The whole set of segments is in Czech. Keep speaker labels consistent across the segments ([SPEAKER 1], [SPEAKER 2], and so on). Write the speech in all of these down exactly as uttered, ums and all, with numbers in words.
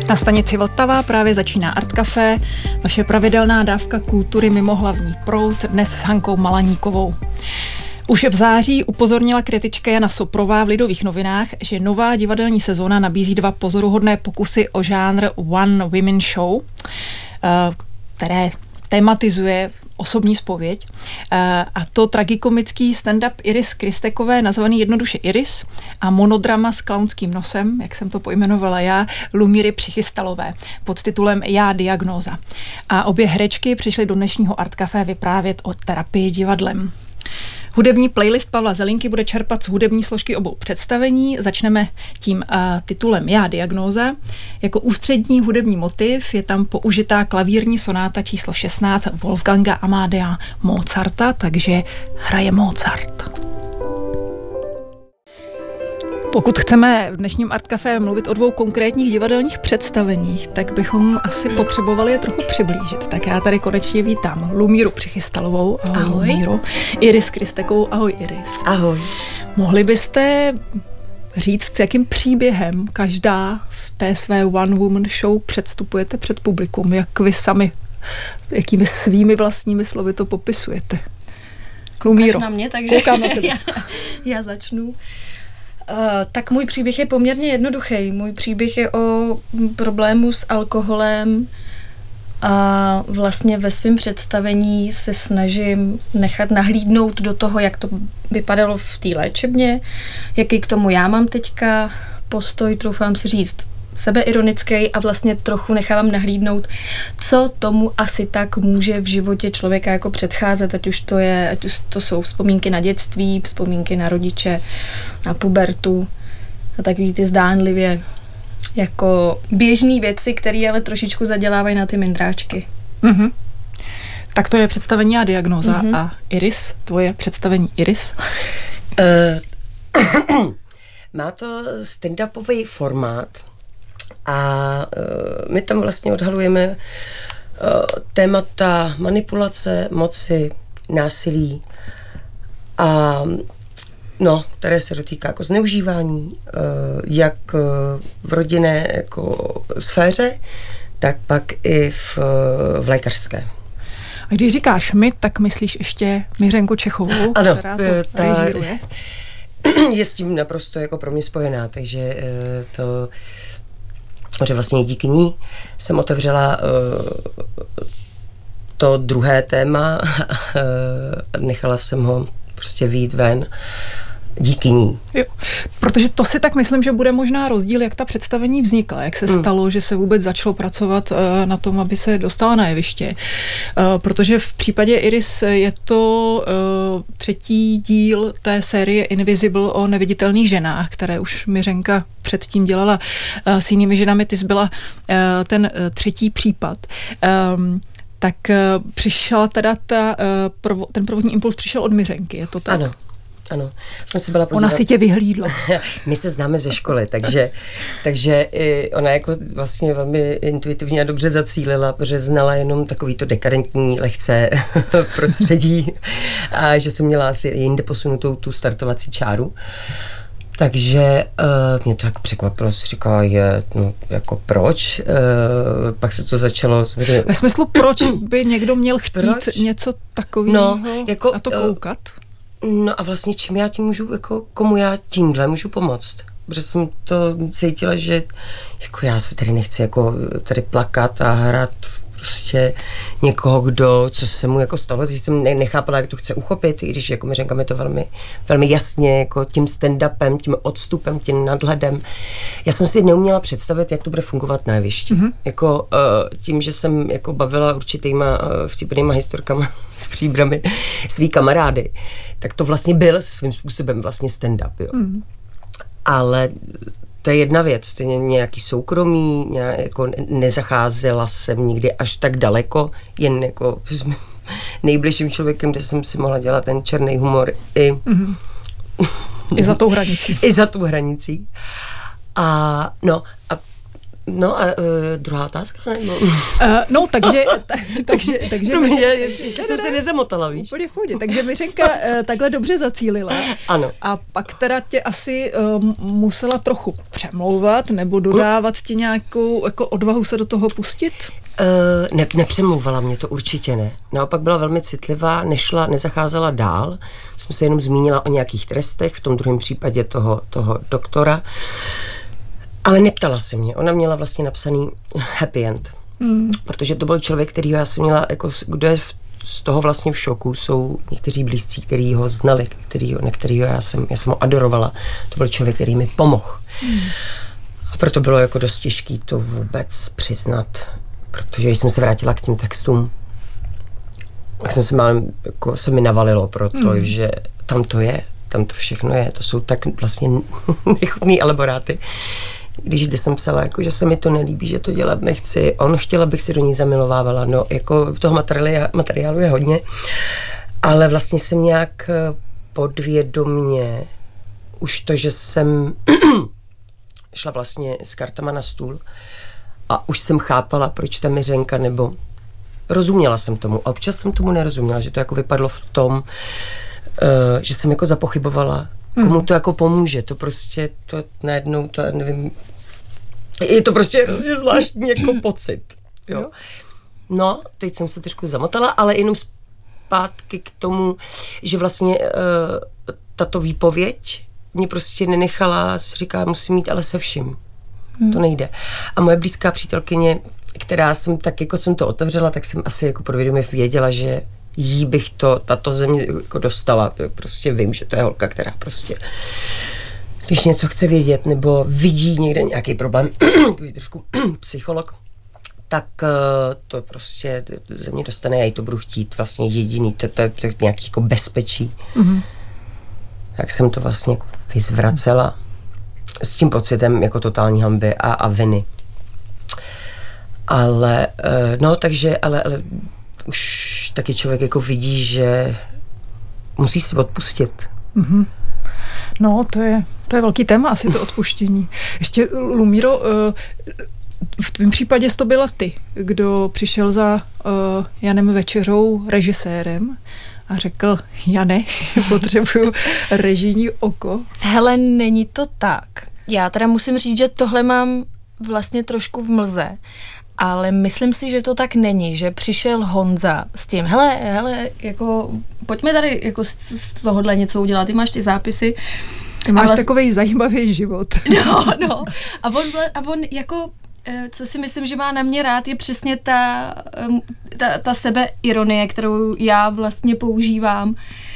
[SPEAKER 1] Na stanici Vltava právě začíná Art Café, vaše pravidelná dávka kultury mimo hlavní proud, dnes s Hankou Malaníkovou. Už v září upozornila kritička Jana Soprová v Lidových novinách, že nová divadelní sezóna nabízí dva pozoruhodné pokusy o žánr One Women Show, které tematizuje osobní zpověď. A to tragikomický stand-up Iris Kristekové, nazvaný jednoduše Iris, a monodrama s klaunským nosem, jak jsem to pojmenovala já, Lumíry Přichystalové, pod titulem Já diagnóza. A obě herečky přišly do dnešního Art Café vyprávět o terapii divadlem. Hudební playlist Pavla Zelinky bude čerpat z hudební složky obou představení. Začneme tím uh, titulem Já diagnóza. Jako ústřední hudební motiv je tam použitá klavírní sonáta číslo šestnáct Wolfganga Amadea Mozarta, takže hraje Mozart. Pokud chceme v dnešním Art Café mluvit o dvou konkrétních divadelních představeních, tak bychom asi potřebovali je trochu přiblížit. Tak já tady konečně vítám Lumíru Přichystalovou. Ahoj, ahoj. Lumíro. Iris Kristekovou. Ahoj, Iris.
[SPEAKER 2] Ahoj.
[SPEAKER 1] Mohli byste říct, s jakým příběhem každá v té své One Woman Show předstupujete před publikum? Jak vy sami, jakými svými vlastními slovy to popisujete?
[SPEAKER 3] Lumíro. Koukáš na mě, takže
[SPEAKER 1] Koukám na tebe.
[SPEAKER 3] já, já začnu. Uh, tak můj příběh je poměrně jednoduchý. Můj příběh je o problému s alkoholem a vlastně ve svém představení se snažím nechat nahlídnout do toho, jak to vypadalo v té léčebně, jaký k tomu já mám teďka postoj, troufám si říct, sebeironický, a vlastně trochu nechávám nahlídnout, co tomu asi tak může v životě člověka jako předcházet, ať už to je, ať už to jsou vzpomínky na dětství, vzpomínky na rodiče, na pubertu a takový ty zdánlivě jako běžný věci, které ale trošičku zadělávají na ty mindráčky.
[SPEAKER 1] Mm-hmm. Tak to je představení a diagnóza. Mm-hmm. A Iris, tvoje představení Iris?
[SPEAKER 2] Uh, má to stand-upový formát, a uh, my tam vlastně odhalujeme uh, témata manipulace, moci, násilí, a no, které se dotýká jako zneužívání, uh, jak uh, v rodinné jako sféře, tak pak i v, uh, v lékařské.
[SPEAKER 1] A když říkáš my, tak myslíš ještě Miřenku Čechovou,
[SPEAKER 2] ano,
[SPEAKER 1] která to
[SPEAKER 2] ta
[SPEAKER 1] režíruje?
[SPEAKER 2] Je s tím naprosto jako pro mě spojená, takže uh, to že vlastně díky ní jsem otevřela uh, to druhé téma a nechala jsem ho prostě vyjít ven díky ní.
[SPEAKER 1] Jo, protože to si tak myslím, že bude možná rozdíl, jak ta představení vznikla, jak se hmm. stalo, že se vůbec začalo pracovat uh, na tom, aby se dostala na jeviště. Uh, protože v případě Iris je to uh, třetí díl té série Invisible o neviditelných ženách, které už Miřenka předtím dělala uh, s jinými ženami. Ty jsi byla uh, ten uh, třetí případ. Um, tak uh, přišla teda ta, uh, provo- ten prvotní impuls přišel od Miřenky, je to tak?
[SPEAKER 2] Ano. Ano, jsem si byla podívat.
[SPEAKER 1] Ona si tě vyhlídla.
[SPEAKER 2] My se známe ze školy, takže, takže i ona jako vlastně velmi intuitivně a dobře zacílila, protože znala jenom takovýto dekadentní lehce prostředí a že jsem měla asi jinde posunutou tu startovací čáru. Takže uh, mě to tak překvapilo, si říkala, je, no, jako proč? Uh, pak se to začalo... Že...
[SPEAKER 1] Ve smyslu, proč by někdo měl chtít proč? něco takového
[SPEAKER 2] no, jako,
[SPEAKER 1] na to koukat?
[SPEAKER 2] Uh, no a vlastně čím já tím můžu, jako komu já tímhle můžu pomoct? Protože jsem to cítila, že jako já se tady nechci jako tady plakat a hrát prostě někoho, kdo, co se mu jako stalo, když jsem nechápala, jak to chce uchopit, i když jako Miřenka mi to velmi, velmi jasně, jako tím stand-upem, tím odstupem, tím nadhledem. Já jsem si neuměla představit, jak to bude fungovat na jevišti. Mm-hmm. Jako uh, tím, že jsem jako bavila určitýma uh, vtipnýma historkama s příbrami svý kamarády, tak to vlastně byl svým způsobem vlastně stand-up, jo. Mm. Ale to je jedna věc, to je nějaký soukromí, nějak, jako nezacházela jsem nikdy až tak daleko, jen jako s nejbližším člověkem, kde jsem si mohla dělat ten černý humor i,
[SPEAKER 1] mm-hmm. I za tou hranicí.
[SPEAKER 2] I za tou hranicí. A no, a No a uh, druhá otázka? Nebo?
[SPEAKER 1] Uh, no, takže... Ta, takže, takže
[SPEAKER 2] no, mě, jestli jsem se nezamotala, víš?
[SPEAKER 1] Úplně v pohodě. Takže Miřenka uh, takhle dobře zacílila.
[SPEAKER 2] Ano.
[SPEAKER 1] A pak teda tě asi uh, musela trochu přemlouvat nebo dodávat ti nějakou jako odvahu se do toho pustit?
[SPEAKER 2] Uh, ne, nepřemlouvala mě to, určitě ne. Naopak byla velmi citlivá, nešla, nezacházela dál. Jsem se jenom zmínila o nějakých trestech, v tom druhém případě toho, toho doktora. Ale neptala se mě. Ona měla vlastně napsaný happy end. Mm. Protože to byl člověk, kterýho já jsem měla, jako, kdo je v, z toho vlastně v šoku, jsou někteří blízcí, kteří ho znali, který, na kterýho já jsem, já jsem ho adorovala. To byl člověk, který mi pomohl. Mm. A proto bylo jako dost těžké to vůbec přiznat. Protože když jsem se vrátila k těm textům, tak jsem se málem, jako se mi navalilo, protože mm. tam to je, tam to všechno je. To jsou tak vlastně nechutný elaboráty. Když zde jsem psala, jako, že se mi to nelíbí, že to dělat nechci, on chtěl, abych si do ní zamilovávala, no jako toho materiálu, materiálu je hodně, ale vlastně jsem nějak podvědomně, už to, že jsem šla vlastně s kartama na stůl a už jsem chápala, proč ta Miřenka, nebo rozuměla jsem tomu a občas jsem tomu nerozuměla, že to jako vypadlo v tom, uh, že jsem jako zapochybovala, komu to jako pomůže, to prostě, to najednou, to nevím, je to prostě hrozně zvláštní jako pocit, jo. No, teď jsem se trošku zamotala, ale jenom zpátky k tomu, že vlastně uh, tato výpověď mě prostě nenechala, si říká, musím mít ale se vším, hmm. to nejde. A moje blízká přítelkyně, která jsem tak, jako jsem to otevřela, tak jsem asi jako podvědomě věděla, že jí bych to, tato země jako dostala. To prostě vím, že to je holka, která prostě, když něco chce vědět, nebo vidí někde nějaký problém, trošku psycholog, tak to prostě ze mě dostane, já jí to budu chtít vlastně jediný, to, to je to nějaký jako bezpečí. Mm-hmm. Tak jsem to vlastně jako vyzvracela s tím pocitem jako totální hanby a, a viny. Ale, no takže, ale, ale už taky člověk jako vidí, že musí si odpustit. Mm-hmm.
[SPEAKER 1] No, to je, to je velký téma, asi to odpuštění. Ještě, Lumíro, v tvém případě jsi to byla ty, kdo přišel za uh, Janem Večeřou, režisérem, a řekl, Jane, potřebuju režijní oko.
[SPEAKER 3] Hele, není to tak. Já teda musím říct, že tohle mám vlastně trošku v mlze. Ale myslím si, že to tak není, že přišel Honza s tím, hele, hele, jako, pojďme tady jako z, z tohohle něco udělat, ty máš ty zápisy.
[SPEAKER 1] Ty máš vlast... takovej zajímavý život.
[SPEAKER 3] No, no. A on, a on jako, co si myslím, že má na mě rád, je přesně ta, ta, ta sebeironie, kterou já vlastně používám.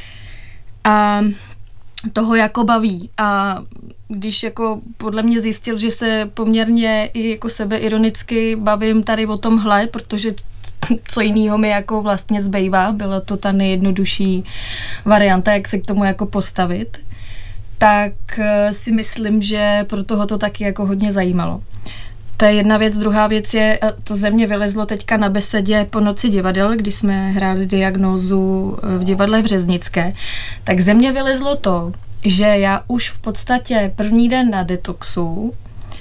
[SPEAKER 3] A toho jako baví. A když jako podle mě zjistil, že se poměrně i jako sebeironicky bavím tady o tomhle, protože co jiného mi jako vlastně zbývá, byla to ta nejjednodušší varianta, jak se k tomu jako postavit, tak si myslím, že pro toho to taky jako hodně zajímalo. To je jedna věc. Druhá věc je, to ze mě vylezlo teďka na besedě po noci divadel, kdy jsme hráli Diagnózu v divadle v Řeznické, tak ze mě vylezlo to, že já už v podstatě první den na detoxu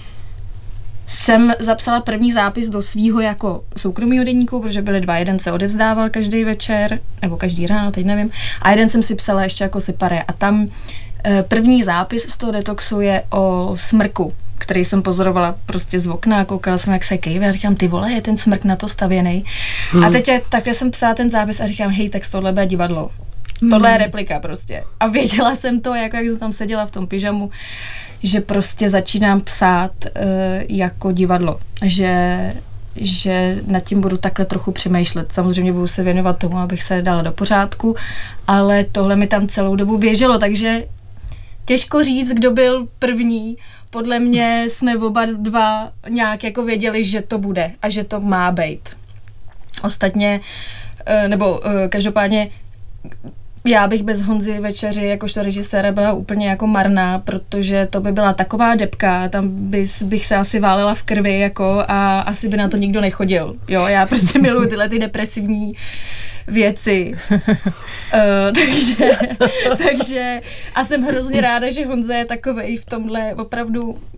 [SPEAKER 3] jsem zapsala první zápis do svýho jako soukromého deníku, protože byly dva, jeden se odevzdával každý večer, nebo každý ráno, teď nevím, a jeden jsem si psala ještě jako separé. A tam první zápis z toho detoxu je o smrku, který jsem pozorovala prostě z okna, koukala jsem, jak se kejve a říkám, ty vole, je ten smrk na to stavěný. Hmm. A teď je, takhle jsem psala ten zápis a říkám, hej, tak tohle bude divadlo. Hmm. Tohle je replika prostě. A věděla jsem to, jako jak jsem tam seděla v tom pyžamu, že prostě začínám psát uh, jako divadlo. Že, že nad tím budu takhle trochu přemýšlet. Samozřejmě budu se věnovat tomu, abych se dala do pořádku, ale tohle mi tam celou dobu běželo, takže těžko říct, kdo byl první. Podle mě jsme oba dva nějak jako věděli, že to bude a že to má být. Ostatně, nebo každopádně, já bych bez Honzy Večeři jakožto režiséra byla úplně jako marná, protože to by byla taková debka, tam bys, bych se asi válila v krvi jako a asi by na to nikdo nechodil. Jo, já prostě miluji tyhle ty depresivní věci. uh, takže, takže a jsem hrozně ráda, že Honza je takovej v tomhle opravdu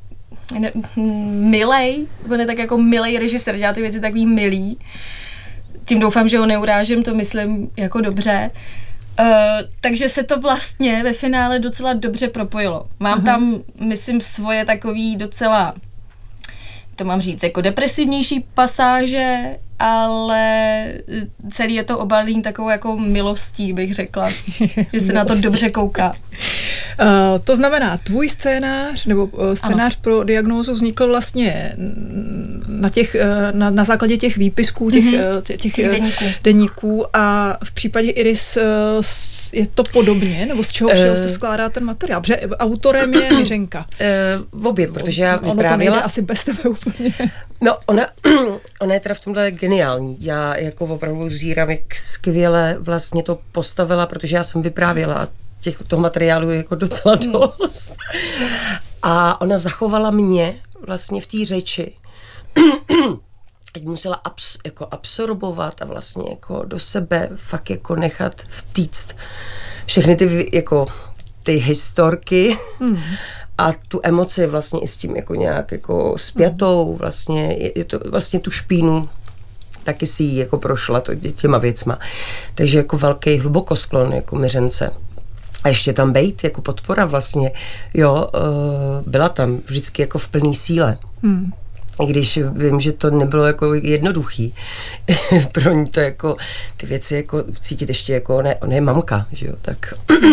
[SPEAKER 3] ne, milej, on je tak jako milej režisér, dělá ty věci takový milý. Tím doufám, že ho neurážím, to myslím jako dobře. Uh, takže se to vlastně ve finále docela dobře propojilo. Mám uh-huh. tam, myslím, svoje takový docela, to mám říct, jako depresivnější pasáže, ale celý je to obalený takovou jako milostí, bych řekla, že se na to dobře kouká.
[SPEAKER 1] Uh, to znamená, tvůj scénář, nebo uh, scénář ano. pro diagnózu vznikl vlastně na, těch, uh, na, na základě těch výpisků, těch, mm-hmm. těch, těch deníků. deníků a v případě Iris uh, je to podobně, nebo z čeho všeho uh, se skládá ten materiál? Protože autorem je Miřenka.
[SPEAKER 2] Uh, obě, protože já vyprávěla...
[SPEAKER 1] Ono to nejde asi bez tebe úplně.
[SPEAKER 2] No, ona, ona je teda v tomhle geniální. Já jako opravdu zírám, jak skvěle vlastně to postavila, protože já jsem vyprávěla těch, toho materiálu je jako docela dost. A ona zachovala mě vlastně v té řeči. Teď musela abs, jako absorbovat a vlastně jako do sebe fakt jako nechat vtíct všechny ty jako ty historky hmm. a tu emoci vlastně i s tím jako nějak jako spjatou vlastně, je, je to vlastně tu špínu taky si jí jako prošla to, těma věcma. Takže jako velký hlubokosklon jako Miřence. A ještě tam bejt, jako podpora vlastně, jo, byla tam vždycky jako v plný síle. Hmm. I když vím, že to nebylo jako jednoduchý. Pro ní to jako, ty věci jako cítit ještě jako, ona, ona je mamka, že jo, tak.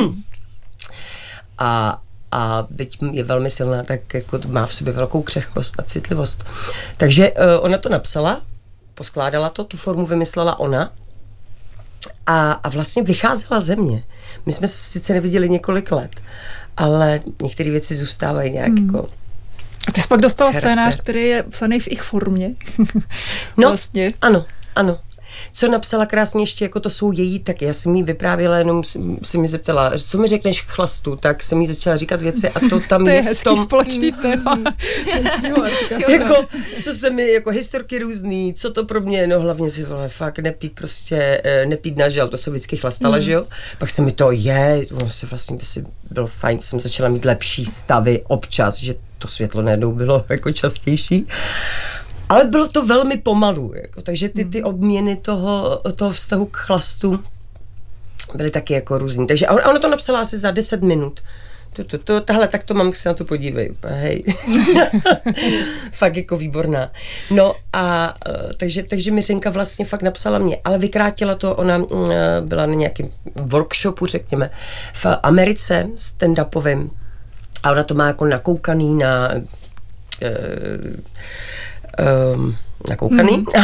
[SPEAKER 2] a, a byť je velmi silná, tak jako má v sobě velkou křehkost a citlivost. Takže uh, ona to napsala, poskládala to, tu formu vymyslela ona a, a vlastně vycházela ze mě. My jsme se sice neviděli několik let, ale některé věci zůstávají nějak hmm. jako...
[SPEAKER 1] A ty jsi pak dostala charakter. Scénář, který je psaný v ich formě.
[SPEAKER 2] No,
[SPEAKER 1] vlastně.
[SPEAKER 2] ano, ano. Co napsala krásně ještě, jako to jsou její, tak já jsem jí vyprávěla, jenom si mi zeptala, co mi řekneš k chlastu, tak jsem jí začala říkat věci a to tam
[SPEAKER 1] to je,
[SPEAKER 2] je
[SPEAKER 1] hezký
[SPEAKER 2] v tom...
[SPEAKER 1] společný téma.
[SPEAKER 2] jako, co se mi, jako historky různý, co to pro mě, no hlavně ty vole, fakt nepít prostě, nepít na žel, to jsem vždycky chlastala, mm. že jo? Pak se mi to je, ono se vlastně by si bylo fajn, jsem začala mít lepší stavy občas, že to světlo najednou bylo jako častější. Ale bylo to velmi pomalu, jako, takže ty, ty obměny toho, toho vztahu k chlastu byly taky jako různý. Takže ona, ona to napsala asi za deset minut. To, to, to, tahle, tak to mám, se na to podívej. Hej. Fakt jako výborná. No a takže, takže Miřenka vlastně fakt napsala mě, ale vykrátila to, ona byla na nějakém workshopu, řekněme, v Americe stand-upovým a ona to má jako nakoukaný na... Uh, Um, nakoukaný. Mm.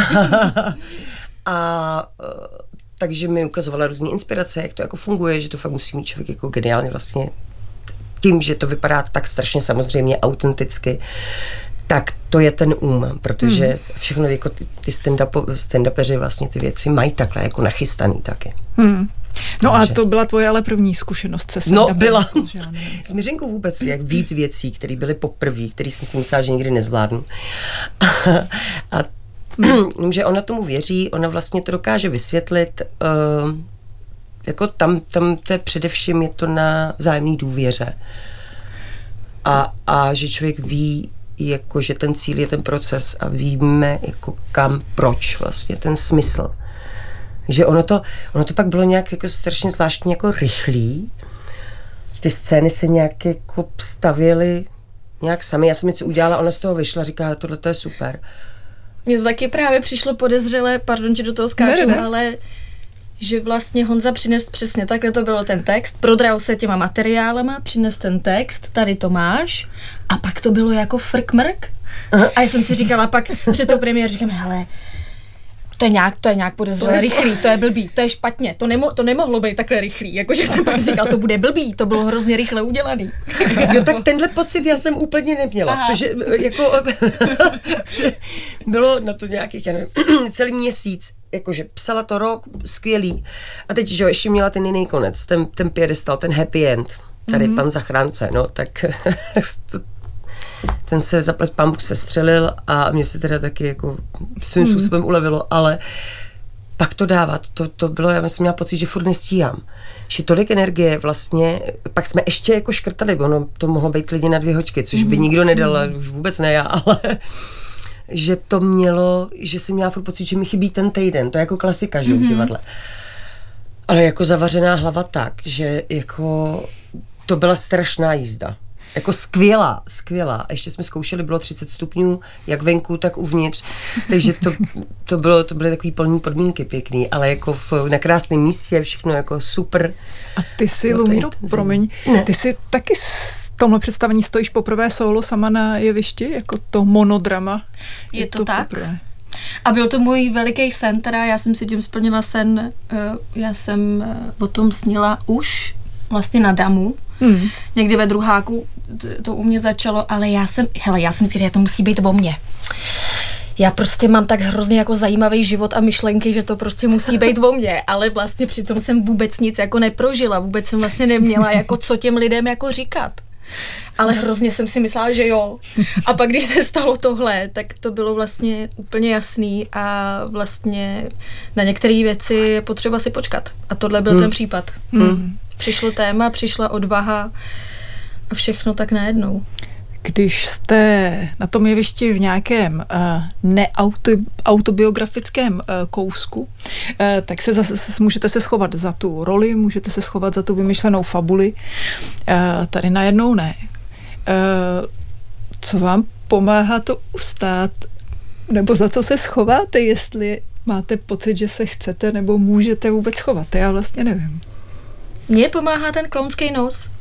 [SPEAKER 2] a uh, takže mi ukazovala různé inspirace, jak to jako funguje, že to fakt musí mít člověk jako geniálně vlastně tím, že to vypadá tak strašně samozřejmě autenticky, tak to je ten um, protože mm. všechno jako ty, ty stand-up, stand-upeři vlastně ty věci mají takhle jako nachystaný taky. Mm.
[SPEAKER 1] No takže. A to byla tvoje ale první zkušenost se stand-upem.
[SPEAKER 2] No byla. S Miřenkou vůbec jak víc věcí, které byly poprvé, které jsem si myslela, že nikdy nezvládnu. A mm. že ona tomu věří, ona vlastně to dokáže vysvětlit, uh, jako tam, tam to je především je to na vzájemné důvěře. A, a že člověk ví, jako, že ten cíl je ten proces a víme, jako kam, proč vlastně, ten smysl. Že ono to, ono to pak bylo nějak jako strašně zvláštně jako rychlý. Ty scény se nějak jako stavěly nějak sami. Já jsem něco udělala, ona z toho vyšla, říká, tohle to je super.
[SPEAKER 3] Mně to taky právě přišlo podezřelé, pardon, že do toho skáču, ne, ne. ale že vlastně Honza přines přesně takhle to bylo ten text, prodral se těma materiálama, přines ten text, tady to máš a pak to bylo jako frk-mrk. A já jsem si říkala pak před tou premiérou, říkám, hele, to je nějak, to je nějak podezřelé rychlý, to je blbý, to je špatně, to, nemo, to nemohlo být takhle rychlý, jakože jsem pak říkal, to bude blbý, to bylo hrozně rychle udělaný.
[SPEAKER 2] Jo, tak tenhle pocit já jsem úplně neměla, protože jako že bylo na to nějakých, já nevím, celý měsíc, jakože psala to rok, skvělý, a teď, že jo, ještě měla ten jiný konec, ten, ten piedestal, ten happy end, tady mm-hmm. pan zachránce, no, tak ten se zaplať pán Bůh sestřelil a mě se teda taky jako svým způsobem ulevilo, ale pak to dávat, to, to bylo, já jsem měla pocit, že furt nestíhám. Že tolik energie vlastně, pak jsme ještě jako škrtali, ono to mohlo být klidně na dvě hoďky, což by nikdo nedal, už vůbec ne já, ale že to mělo, že jsem měla furt pocit, že mi chybí ten týden, to je jako klasika, že v divadle. Ale jako zavařená hlava tak, že jako to byla strašná jízda. Jako skvělá, skvělá. A ještě jsme zkoušeli, bylo třicet stupňů, jak venku, tak uvnitř. Takže to, to, bylo, to byly takový polní podmínky pěkný, ale jako v, na krásném místě, všechno jako super.
[SPEAKER 1] A ty si, Lumíro, promiň, ne. ty si taky v tomhle představení stojíš poprvé solo sama na jevišti, jako to monodrama.
[SPEAKER 3] Je, je to, to tak? Poprvé. A byl to můj veliký sen, teda já jsem si tím splnila sen, já jsem o tom snila už vlastně na Damu. Hmm. Někdy ve druháku to u mě začalo, ale já jsem, hele, já jsem si říkala, to musí být o mně. Já prostě mám tak hrozně jako zajímavý život a myšlenky, že to prostě musí být o mně, ale vlastně přitom jsem vůbec nic jako neprožila, vůbec jsem vlastně neměla jako co těm lidem jako říkat. Ale hrozně jsem si myslela, že jo. A pak, když se stalo tohle, tak to bylo vlastně úplně jasný a vlastně na některé věci je potřeba si počkat. A tohle byl hmm. ten případ. Hmm. Přišlo téma, přišla odvaha a všechno tak najednou.
[SPEAKER 1] Když jste na tom jevišti v nějakém uh, neautobiografickém uh, kousku, uh, tak se zase můžete se schovat za tu roli, můžete se schovat za tu vymyšlenou fabuli. Uh, tady najednou ne. Uh, co vám pomáhá to ustát? Nebo za co se schováte, jestli máte pocit, že se chcete nebo můžete vůbec schovat? Já vlastně nevím.
[SPEAKER 3] Mně pomáhá ten klaunský nos.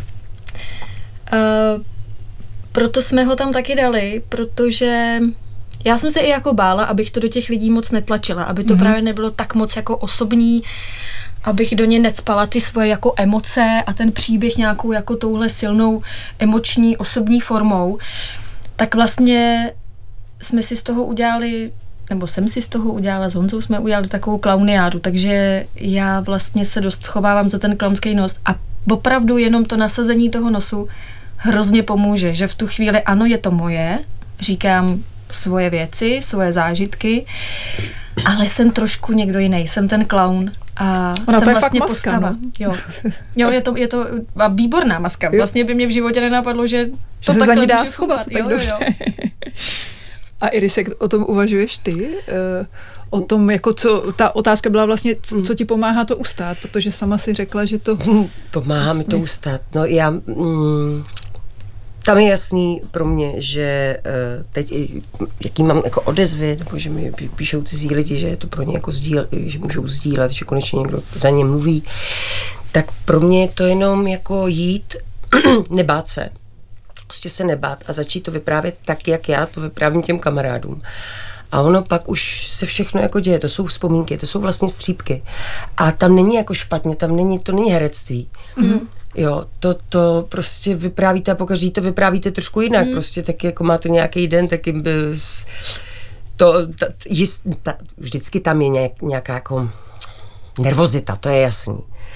[SPEAKER 3] Uh, proto jsme ho tam taky dali, protože já jsem se i jako bála, abych to do těch lidí moc netlačila, aby to mm-hmm. právě nebylo tak moc jako osobní, abych do ně necpala ty svoje jako emoce a ten příběh nějakou jako touhle silnou emoční, osobní formou. Tak vlastně jsme si z toho udělali, nebo jsem si z toho udělala, s Honzou jsme udělali takovou klauniádu, takže já vlastně se dost schovávám za ten klaunský nos a opravdu jenom to nasazení toho nosu hrozně pomůže, že v tu chvíli ano, je to moje, říkám svoje věci, svoje zážitky, ale jsem trošku někdo jiný, jsem ten klaun a
[SPEAKER 1] Ona
[SPEAKER 3] jsem
[SPEAKER 1] to je
[SPEAKER 3] vlastně
[SPEAKER 1] fakt maska,
[SPEAKER 3] postava.
[SPEAKER 1] No?
[SPEAKER 3] Jo. jo, je to, je to výborná maska. Vlastně by mě v životě nenapadlo, že to
[SPEAKER 1] že se za ní dá
[SPEAKER 3] schovat.
[SPEAKER 1] Tak jo, dobře. Jo, jo. A Iris, jak o tom uvažuješ ty? Uh, o tom, jako co, ta otázka byla vlastně, co, co ti pomáhá to ustát, protože sama si řekla, že to...
[SPEAKER 2] Pomáhá vlastně mi to ustát. No já... Mm, tam je jasný pro mě, že uh, teď, jaký mám jako odezvy, nebo že mi píšou cizí lidi, že je to pro ně jako sdíl, že můžou sdílet, že konečně někdo za ně mluví, tak pro mě je to jenom jako jít, nebát se. Prostě se nebát a začít to vyprávět tak, jak já to vyprávím těm kamarádům. A ono pak už se všechno jako děje, to jsou vzpomínky, to jsou vlastně střípky. A tam není jako špatně, tam není, to není herectví. Mm. Jo, to, to prostě vyprávíte a pokaždý to vyprávíte trošku jinak, mm. prostě taky jako máte nějaký den, taky by to, ta, jist, ta, vždycky tam je nějak, nějaká jako nervozita, to je jasný.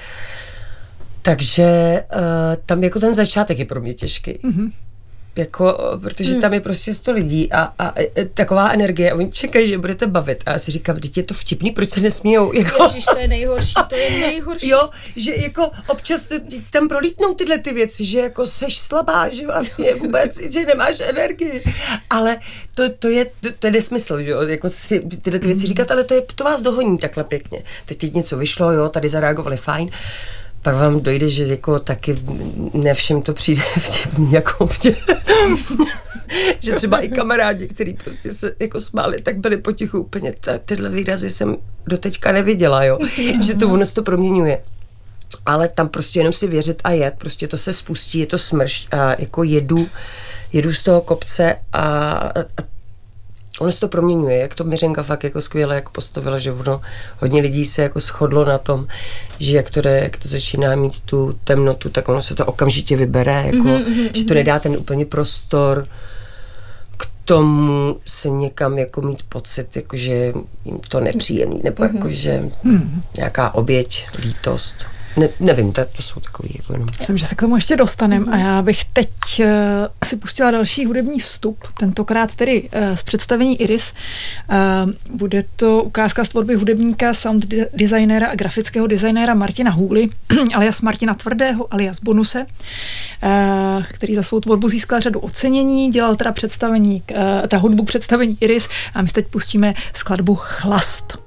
[SPEAKER 2] Takže uh, tam jako ten začátek je pro mě těžký. Mm-hmm. Jako, protože hmm. tam je prostě sto lidí a, a, a taková energie a oni čekají, že budete bavit a já si říkám, teď je to vtipný, proč se nesmějou? Jako...
[SPEAKER 3] Ježiš, to je nejhorší, to je nejhorší.
[SPEAKER 2] Jo, že jako občas tam prolítnou tyhle ty věci, že jako seš slabá, že vlastně vůbec, že nemáš energii. Ale to, to, je, to, to je nesmysl, že jo, jako si tyhle ty věci říkat, ale to, je, to vás dohoní takhle pěkně. Teď, teď něco vyšlo, jo, tady zareagovali fajn. Pak vám dojde, že jako taky ne všem to přijde vtipný, jako mě. Že třeba i kamarádi, kteří prostě se jako smáli, tak byli potichu úplně, ta, tyhle výrazy jsem doteďka neviděla, jo. Že to ono se to proměňuje. Ale tam prostě jenom si věřit a jet, prostě to se spustí, je to smršť a jako jedu, jedu z toho kopce a, a ono se to proměňuje, jak to Miřenka fakt jako skvěle jako postavila, že ono, hodně lidí se jako shodlo na tom, že jak to, jde, jak to začíná mít tu temnotu, tak ono se to okamžitě vybere, jako, mm-hmm, že to nedá ten úplně prostor k tomu se někam jako mít pocit, jako že jim to nepříjemný, nebo mm-hmm. jako že mm-hmm. nějaká oběť, lítost. ne, nevím, to, to jsou takový jako jenom.
[SPEAKER 1] Myslím, že se k tomu ještě dostaneme a já bych teď uh, si pustila další hudební vstup, tentokrát tedy uh, z představení Iris. Uh, bude to ukázka z tvorby hudebníka, sound designéra a grafického designéra Martina Hůly, alias Martina Tvrdého, alias Bonuse, uh, který za svou tvorbu získal řadu ocenění, dělal teda představení, uh, ta hudbu představení Iris a my teď pustíme skladbu Chlast.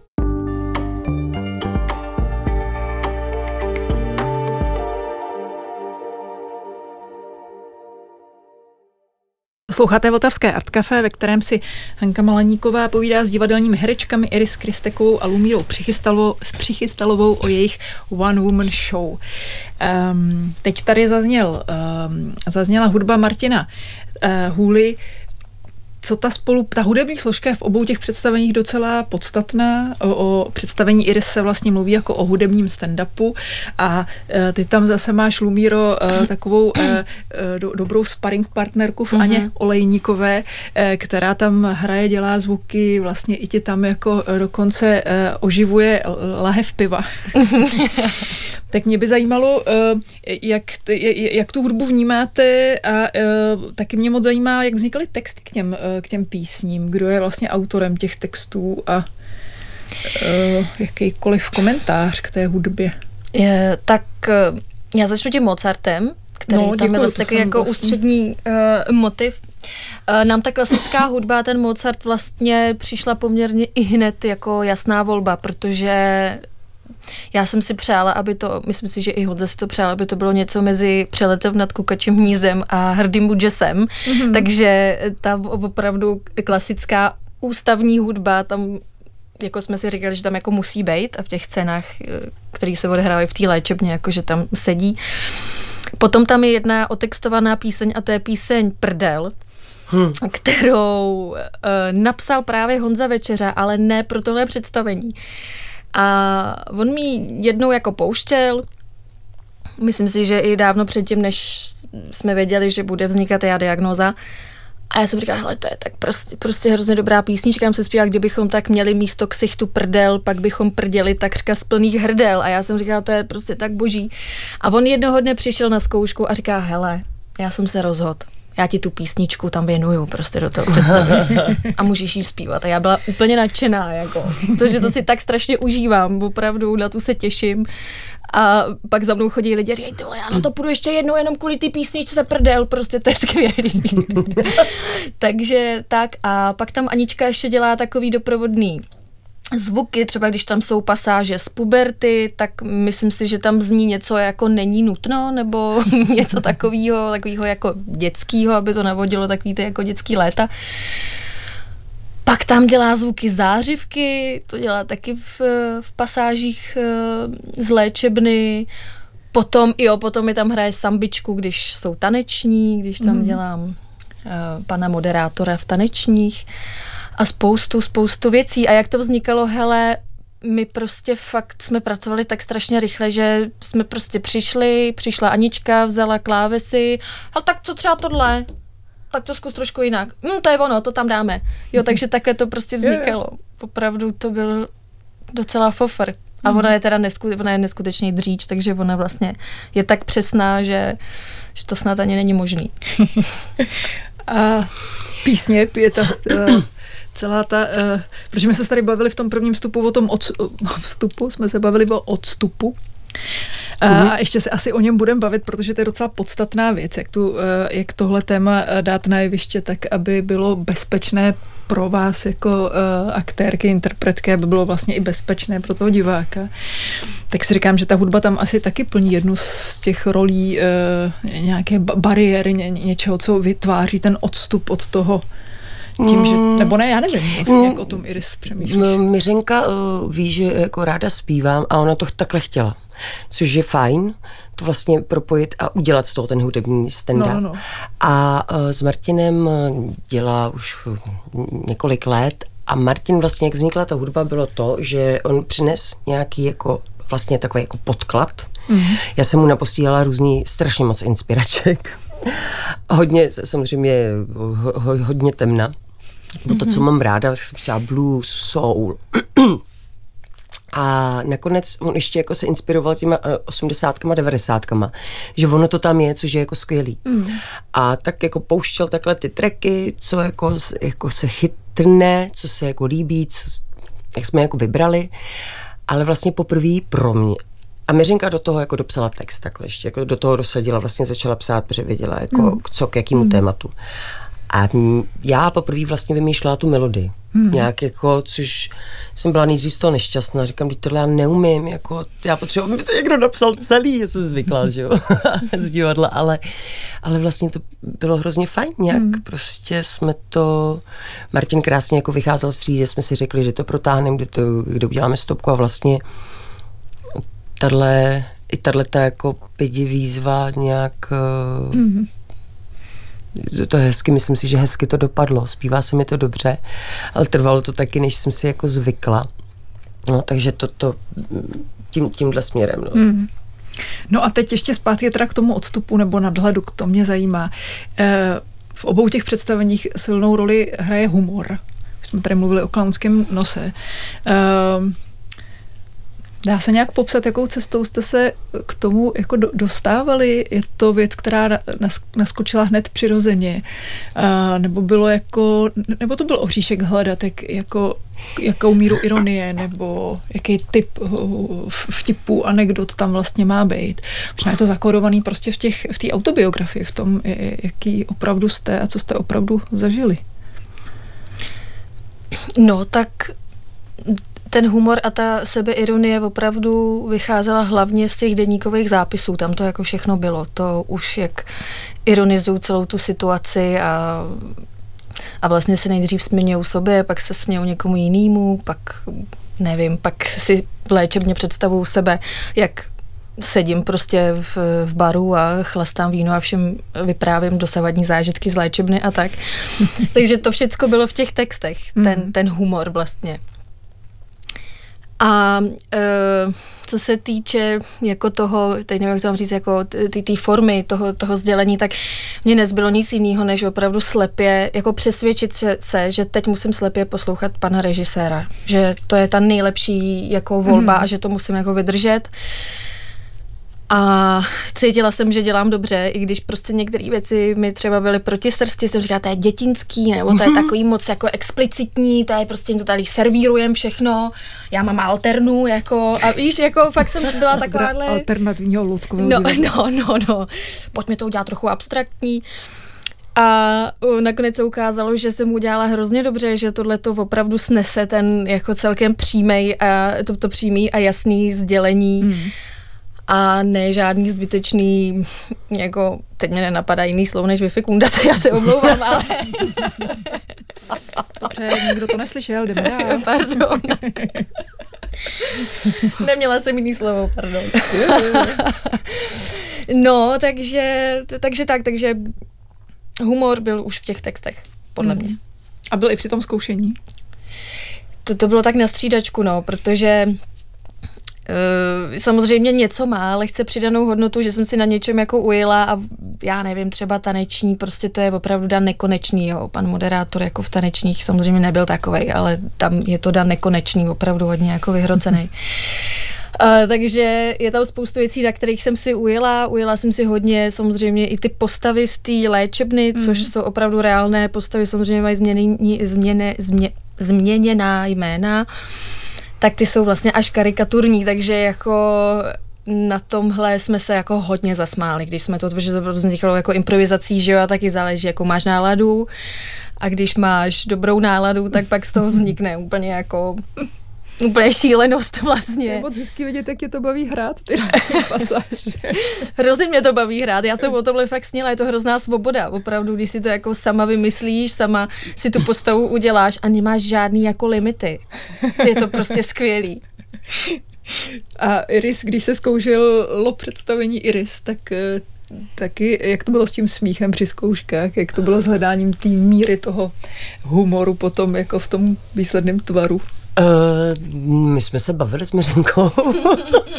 [SPEAKER 1] Posloucháte Vltavské Art Café, ve kterém si Hanka Malaníková povídá s divadelními herečkami Iris Kristekovou a Lumírou Přichystalovou, Přichystalovou o jejich One Woman Show. Um, teď tady zazněl, um, zazněla hudba Martina uh, Hůly. Co ta spolu, ta hudební složka je v obou těch představeních docela podstatná. O, o představení Iris se vlastně mluví jako o hudebním stand-upu a e, ty tam zase máš, Lumíro, e, takovou e, do, dobrou sparring partnerku v Aně mm-hmm. Olejníkové, e, která tam hraje, dělá zvuky, vlastně i ti tam jako dokonce e, oživuje lahev piva. Tak mě by zajímalo, jak, jak tu hudbu vnímáte a taky mě moc zajímá, jak vznikaly texty k těm, k těm písním, kdo je vlastně autorem těch textů a jakýkoliv komentář k té hudbě.
[SPEAKER 3] Je, tak já začnu tím Mozartem, který no, tam je vlastně takový jako vlastně ústřední uh, motiv. Uh, nám ta klasická hudba, ten Mozart vlastně přišla poměrně i hned jako jasná volba, protože já jsem si přála, aby to, myslím si, že i Honza si to přála, aby to bylo něco mezi Přeletem nad kukačím hnízdem a Hrdým budžesem, mm-hmm. takže ta opravdu klasická ústavní hudba, tam jako jsme si říkali, že tam jako musí být a v těch scénách, které se odehrávají v té léčebně, jakože tam sedí. Potom tam je jedna otextovaná píseň a to je píseň Prdel, Hmm. kterou uh, napsal právě Honza Večeřa, ale ne pro tohle představení. A on mi jednou jako pouštěl, myslím si, že i dávno předtím, než jsme věděli, že bude vznikat já diagnóza. A já jsem říkala, hele, to je tak prostě, prostě hrozně dobrá písnička, já jsem zpívala, kdybychom tak měli místo ksichtu prdel, pak bychom prděli takřka z plných hrdel. A já jsem říkala, to je prostě tak boží. A on jednoho dne přišel na zkoušku a říká, hele, já jsem se rozhodl. Já ti tu písničku tam věnuju prostě do toho představení a můžeš jí zpívat. A já byla úplně nadšená, jako, protože to si tak strašně užívám, opravdu na tu se těším. A pak za mnou chodí lidi a říkají, tohle, já na to půjdu ještě jednou, jenom kvůli ty písničce Prdel, prostě to je skvělý. Takže tak a pak tam Anička ještě dělá takový doprovodný zvuky, třeba když tam jsou pasáže z puberty, tak myslím si, že tam zní něco jako není nutno, nebo něco takového, takového jako dětského, aby to navodilo takový ty jako dětský léta. Pak tam dělá zvuky zářivky, to dělá taky v, v pasážích z léčebny. Potom, jo, potom mi tam hraje sambičku, když jsou taneční, když tam mm. dělám uh, pana moderátora v tanečních. A spoustu, spoustu věcí. A jak to vznikalo, hele, my prostě fakt jsme pracovali tak strašně rychle, že jsme prostě přišli, přišla Anička, vzala klávesy, a tak co třeba tohle, tak to zkus trošku jinak. Hm, to je ono, to tam dáme. Jo, takže takhle to prostě vznikalo. Opravdu to byl docela fofr. A ona je teda nesku, ona je neskutečný dříč, takže ona vlastně je tak přesná, že, že to snad ani není možný.
[SPEAKER 1] A písně, je ta... Uh... Celá ta, uh, protože jsme se tady bavili v tom prvním vstupu o tom od, vstupu, jsme se bavili o odstupu. Uh, uh-huh. A ještě se asi o něm budeme bavit, protože to je docela podstatná věc, jak, tu, uh, jak tohle téma dát na jeviště tak, aby bylo bezpečné pro vás jako uh, aktérky, interpretky, aby bylo vlastně i bezpečné pro toho diváka. Tak si říkám, že ta hudba tam asi taky plní jednu z těch rolí uh, nějaké bariéry, ně, něčeho, co vytváří ten odstup od toho. Tím, že, nebo ne, já nevím vlastně, jak o tom Iris přemýšlíš.
[SPEAKER 2] Miřenka uh, ví, že jako ráda zpívám a ona to takhle chtěla, což je fajn, to vlastně propojit a udělat z toho ten hudební stand-up. No, no. A uh, s Martinem dělá už několik let a Martin vlastně, jak vznikla ta hudba, bylo to, že on přines nějaký jako vlastně takový jako podklad. Mm-hmm. Já jsem mu naposílala různý strašně moc inspiraček. Hodně, samozřejmě ho, ho, hodně temna. Bo to, co mám ráda, jsem chtěla blues, soul. A nakonec on ještě jako se inspiroval těma osmdesátkama, devadesátkama, že ono to tam je, což je jako skvělý. Mm. A tak jako pouštěl takhle ty tracky, co jako, jako se chytne, co se jako líbí, co, jak jsme jako vybrali, ale vlastně poprvé pro mě. A Miřinka do toho jako dopsala text takhle ještě, jako do toho dosadila, vlastně začala psát, protože věděla, jako, mm. co k jakému mm. tématu. A já poprvé vlastně vymýšlela tu melodii. Hmm. Nějak jako, což jsem byla nejdřív z toho nešťastná. Říkám, že tohle já neumím, jako, já potřebuji, aby to někdo napsal celý, já jsem zvyklá, že jo, z divadla, ale, ale vlastně to bylo hrozně fajn, nějak hmm. prostě jsme to, Martin krásně jako vycházel stříc, že jsme si řekli, že to protáhneme, kde, to, kde uděláme stopku a vlastně tahle, i tato jako pěti výzva nějak hmm. to je hezky, myslím si, že hezky to dopadlo. Zpívá se mi to dobře, ale trvalo to taky, než jsem si jako zvykla. No, takže to, to tím, tímhle směrem. No.
[SPEAKER 1] Mm. No a teď ještě zpátky teda k tomu odstupu nebo nadhledu, to mě zajímá. E, v obou těch představeních silnou roli hraje humor. Jsme tady mluvili o klaunském nose. E, Dá se nějak popsat, jakou cestou jste se k tomu jako dostávali? Je to věc, která naskočila hned přirozeně? A nebo bylo jako, nebo to byl oříšek hledat, jak, jako, jakou míru ironie, nebo jaký typ vtipů, anekdot tam vlastně má být? Možná je to zakodovaný prostě v těch, v té autobiografii, v tom, jaký opravdu jste a co jste opravdu zažili.
[SPEAKER 3] No, tak ten humor a ta sebeironie opravdu vycházela hlavně z těch deníkových zápisů. Tam to jako všechno bylo. To už jak ironizují celou tu situaci a, a vlastně se nejdřív smějou sobě, pak se smějou někomu jinému, pak nevím, pak si v léčebně představuju sebe, jak sedím prostě v, v baru a chlastám víno a všem vyprávím dosavadní zážitky z léčebny a tak. Takže to všecko bylo v těch textech, ten, ten humor vlastně. A e, co se týče jako toho, teď nevím, jak to mám říct, jako té formy toho, toho sdělení, tak mně nezbylo nic jiného, než opravdu slepě, jako přesvědčit se, že teď musím slepě poslouchat pana režiséra, že to je ta nejlepší jako volba mm. a že to musím jako vydržet. A cítila jsem, že dělám dobře, i když prostě některé věci mi třeba byly proti srsti, jsem říkala, to je dětinský, nebo to je takový moc jako explicitní, to je prostě jim to tady servírujem všechno, já mám alternu, jako, a víš, jako fakt jsem byla takováhle
[SPEAKER 1] alternativního loutkového
[SPEAKER 3] no, no, no, no, pojďme to udělat trochu abstraktní. A nakonec se ukázalo, že jsem udělala hrozně dobře, že tohle to opravdu snese ten jako celkem přímej a to, to přímý a jasný sdělení. Hmm. A ne žádný zbytečný, jako, teď mě nenapadá jiný slovo než vyfikundace, já se omlouvám, ale...
[SPEAKER 1] Dobře, nikdo to neslyšel, jdeme dál.
[SPEAKER 3] Pardon. Neměla jsem jiný slovo, pardon. No, takže, takže tak, takže humor byl už v těch textech, podle hmm. mě.
[SPEAKER 1] A byl i při tom zkoušení?
[SPEAKER 3] To, to bylo tak na střídačku, no, protože... Uh, samozřejmě něco má, ale chce přidanou hodnotu, že jsem si na něčem jako ujela a já nevím, třeba taneční, prostě to je opravdu dan nekonečný, jo. Pan moderátor jako v tanečních samozřejmě nebyl takovej, ale tam je to dan nekonečný, opravdu hodně jako vyhrocený. Uh, takže je tam spoustu věcí, na kterých jsem si ujela. Ujela jsem si hodně samozřejmě i ty postavy z té léčebny, mm. což jsou opravdu reálné postavy, samozřejmě mají změnění, změně, změ, změněná jména. Tak ty jsou vlastně až karikaturní, takže jako na tomhle jsme se jako hodně zasmáli, když jsme to, protože to vzniklo jako improvizací, že jo, a taky záleží, jako máš náladu a když máš dobrou náladu, tak pak z toho vznikne úplně jako úplně šílenost vlastně.
[SPEAKER 1] Je moc hezky vidět, jak je to baví hrát, ty pasáže.
[SPEAKER 3] Hrozně mě to baví hrát, já jsem o tomhle fakt snila, je to hrozná svoboda, opravdu, když si to jako sama vymyslíš, sama si tu postavu uděláš a nemáš žádný jako limity. Je to prostě skvělý.
[SPEAKER 1] A Iris, když se zkoušelo představení Iris, tak taky, jak to bylo s tím smíchem při zkouškách, jak to bylo s hledáním té míry toho humoru potom jako v tom výsledném tvaru?
[SPEAKER 2] Uh, my jsme se bavili s Miřinkou.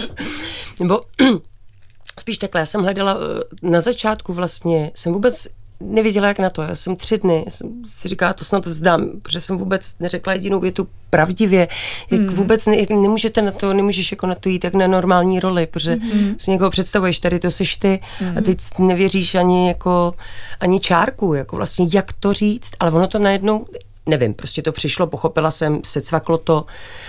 [SPEAKER 2] Nebo spíš takhle, já jsem hledala na začátku vlastně, jsem vůbec nevěděla, jak na to. Já jsem tři dny, já jsem si říkala, to snad vzdám, protože jsem vůbec neřekla jedinou větu pravdivě. Jak mm. vůbec ne, jak nemůžete na to, nemůžeš jako na to jít tak na normální roli, protože mm. si někoho představuješ, tady to seš ty mm. a teď nevěříš ani jako, ani čárku, jako vlastně jak to říct, ale ono to najednou, nevím, prostě to přišlo, pochopila jsem, secvaklo to.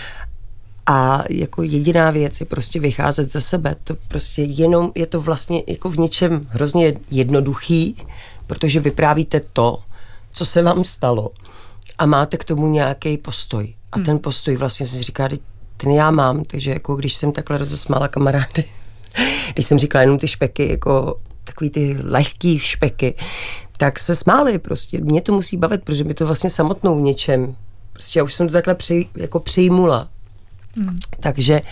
[SPEAKER 2] A jako jediná věc je prostě vycházet ze sebe. To prostě jenom je to vlastně jako v něčem hrozně jednoduchý, protože vyprávíte to, co se vám stalo a máte k tomu nějaký postoj. A hmm. ten postoj vlastně si říká, ten já mám, takže jako když jsem takhle rozesmála kamarády, když jsem říkala jenom ty špeky, jako takový ty lehký špeky, tak se smáli prostě. Mě to musí bavit, protože mi to vlastně samotnou v něčem. Prostě já už jsem to takhle při, jako přijmula. Hmm. Takže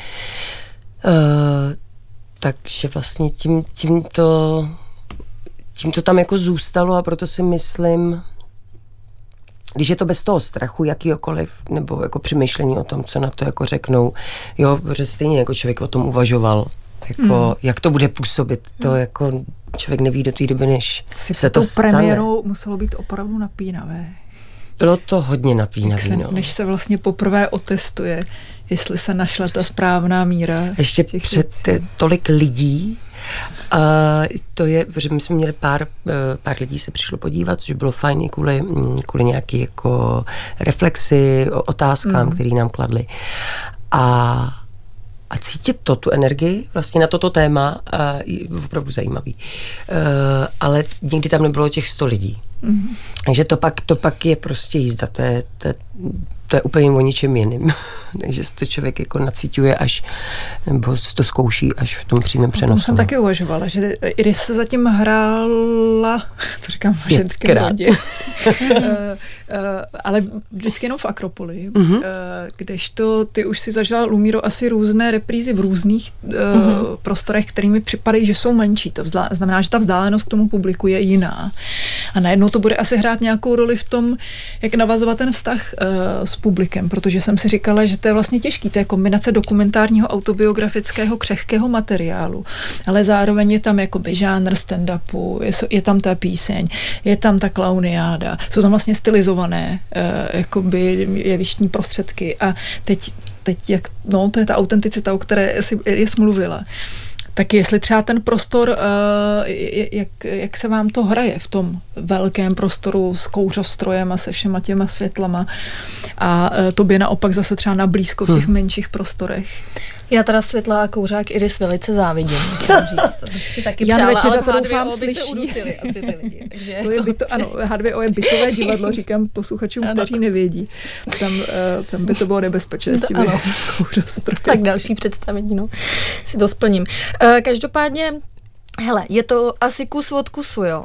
[SPEAKER 2] uh, takže vlastně tím, tím, to, tím to tam jako zůstalo a proto si myslím, když je to bez toho strachu jakýkoliv, nebo jako přemýšlení o tom, co na to jako řeknou, jo, protože stejně jako člověk o tom uvažoval, jako hmm. jak to bude působit, to hmm. jako člověk neví do té doby, než
[SPEAKER 1] si
[SPEAKER 2] se to stane.
[SPEAKER 1] Premiérou muselo být opravdu napínavé.
[SPEAKER 2] Bylo to hodně napínavé, no.
[SPEAKER 1] Než se vlastně poprvé otestuje, jestli se našla ta správná míra.
[SPEAKER 2] Ještě před věcí. Tolik lidí, a to je, protože my jsme měli pár, pár lidí se přišlo podívat, což bylo fajn kvůli, kvůli nějaký jako reflexy, otázkám, mm. který nám kladli. A A cítit to, tu energii, vlastně na toto téma, je opravdu zajímavý. Ale nikdy tam nebylo těch sto lidí. Mm-hmm. Takže to pak, to pak je prostě jízda, to je, to je, to je úplně o ničem jiným. Takže to člověk jako nacíťuje až, nebo to zkouší až v tom přímém přenosu.
[SPEAKER 1] O tom jsem taky uvažovala, že Iris se zatím hrála, to říkám v ženském rodě, ale vždycky jenom v Akropoli, mm-hmm. kdežto ty už si zažila, Lumíro, asi různé reprízy v různých mm-hmm. prostorech, kterými připadají, že jsou menší. To vzdále, znamená, že ta vzdálenost k tomu publiku je jiná. A najednou to bude asi hrát nějakou roli v tom, jak navazovat ten vztah uh, s publikem, protože jsem si říkala, že to je vlastně těžký, to je kombinace dokumentárního, autobiografického, křehkého materiálu, ale zároveň je tam jakoby žánr stand-upu, je, je tam ta píseň, je tam ta klauniáda, jsou tam vlastně stylizované uh, jakoby jevištní prostředky a teď, teď jak, no, to je ta autenticita, o které si Iris mluvila. Tak jestli třeba ten prostor, jak, jak se vám to hraje v tom velkém prostoru s kouřostrojem a se všema těma světlama a tobě naopak zase třeba na blízko v těch hmm. menších prostorech.
[SPEAKER 3] Já teda světla a kouřák Iris velice závidím, musím říct. To bych si taky
[SPEAKER 1] Jan
[SPEAKER 3] přála, ale
[SPEAKER 1] to
[SPEAKER 3] há dvě ó by se udusili asi ty lidi. Takže
[SPEAKER 1] to je byto, ano, há dvě ó je bytové divadlo, říkám posluchačům, ano. kteří nevědí. Tam, tam by to bylo nebezpečné s tím kouřostrojem.
[SPEAKER 3] Tak další představení, no, si to splním. Každopádně, hele, je to asi kus od kusu, jo.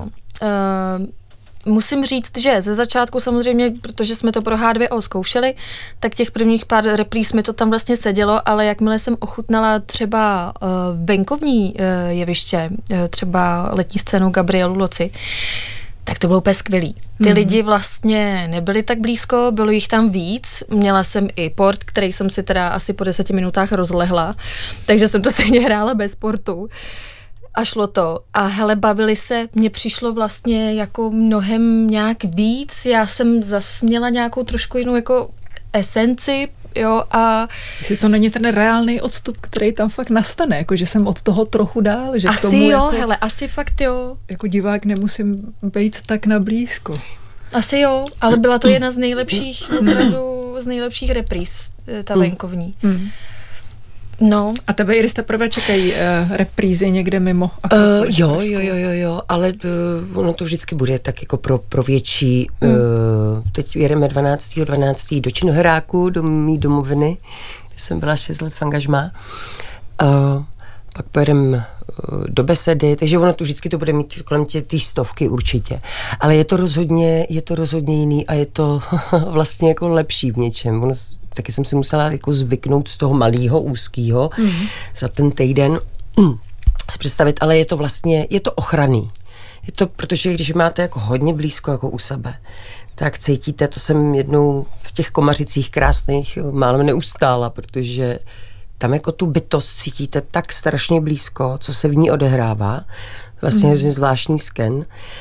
[SPEAKER 3] Musím říct, že ze začátku samozřejmě, protože jsme to pro há dvě ó zkoušeli, tak těch prvních pár repríz mi to tam vlastně sedělo, ale jakmile jsem ochutnala třeba uh, venkovní uh, jeviště, uh, třeba letní scénu Gabrielu Loci, tak to bylo úplně skvělý. Ty mm. lidi vlastně nebyli tak blízko, bylo jich tam víc. Měla jsem i port, který jsem si teda asi po deseti minutách rozlehla, takže jsem to stejně hrála bez portu. A šlo to. A hele, bavili se, mně přišlo vlastně jako mnohem nějak víc. Já jsem zase měla nějakou trošku jinou jako esenci, jo, a...
[SPEAKER 1] Jestli to není ten reálný odstup, který tam fakt nastane, jako že jsem od toho trochu dál, že
[SPEAKER 3] asi
[SPEAKER 1] k tomu
[SPEAKER 3] jo,
[SPEAKER 1] jako,
[SPEAKER 3] hele, asi fakt jo.
[SPEAKER 1] Jako divák nemusím být tak na blízko.
[SPEAKER 3] Asi jo, ale byla to jedna z nejlepších, opravdu z nejlepších repríz, ta venkovní. Mm. No.
[SPEAKER 1] A tebe, Iris, teprve čekají uh, reprízy někde mimo?
[SPEAKER 2] Uh, jo, jo, jo, jo, jo, ale uh, ono to vždycky bude tak jako pro, pro větší. Mm. Uh, teď jedeme dvanáctého dvanáctého do Činoheráku, do mý domoviny, kde jsem byla šest let v angažmá. Uh, pak pojedeme uh, do Besedy, takže ono to vždycky to bude mít kolem tě té stovky určitě. Ale je to rozhodně, je to rozhodně jiný a je to vlastně jako lepší v něčem. Ono taky jsem si musela jako zvyknout z toho malého, úzkého mm. za ten týden mm, se představit, ale je to vlastně, je to ochranný. Je to, protože když máte jako hodně blízko jako u sebe, tak cítíte, to jsem jednou v těch Komařicích krásných málem neustála, protože tam jako tu bytost cítíte tak strašně blízko, co se v ní odehrává. Vlastně mm. zvláštní sken.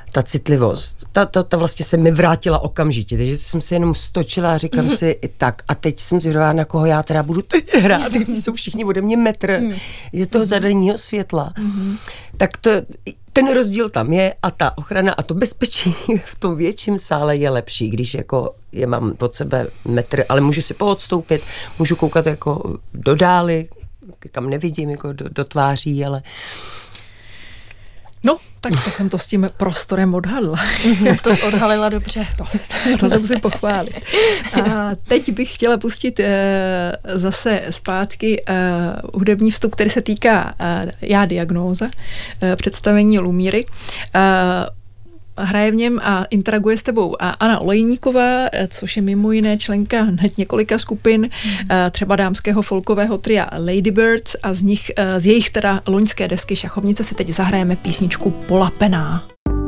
[SPEAKER 2] ta citlivost, ta, ta, ta vlastně se mi vrátila okamžitě, takže jsem si jenom stočila a říkám mm. si tak a teď jsem zvědavá, na koho já teda budu teď hrát, když jsou všichni ode mě metr, mm. je toho zadaného světla. Mm. Tak to, ten rozdíl tam je a ta ochrana a to bezpečí v tom větším sále je lepší, když jako je mám pod sebe metr, ale můžu si poodstoupit, můžu koukat jako do dály, kam nevidím, jako do, do tváří, ale
[SPEAKER 1] no, tak to jsem to s tím prostorem odhalila.
[SPEAKER 3] To jsi odhalila dobře.
[SPEAKER 1] To, to se musím pochválit. A teď bych chtěla pustit uh, zase zpátky uh, hudební vstup, který se týká uh, Já diagnóza, uh, představení Lumíry. Uh, Hraje v něm a interaguje s tebou Anna Olejníková, což je mimo jiné členka hned několika skupin, mm. třeba dámského folkového tria Ladybirds a z nich, z jejich teda loňské desky Šachovnice si teď zahrajeme písničku Polapená.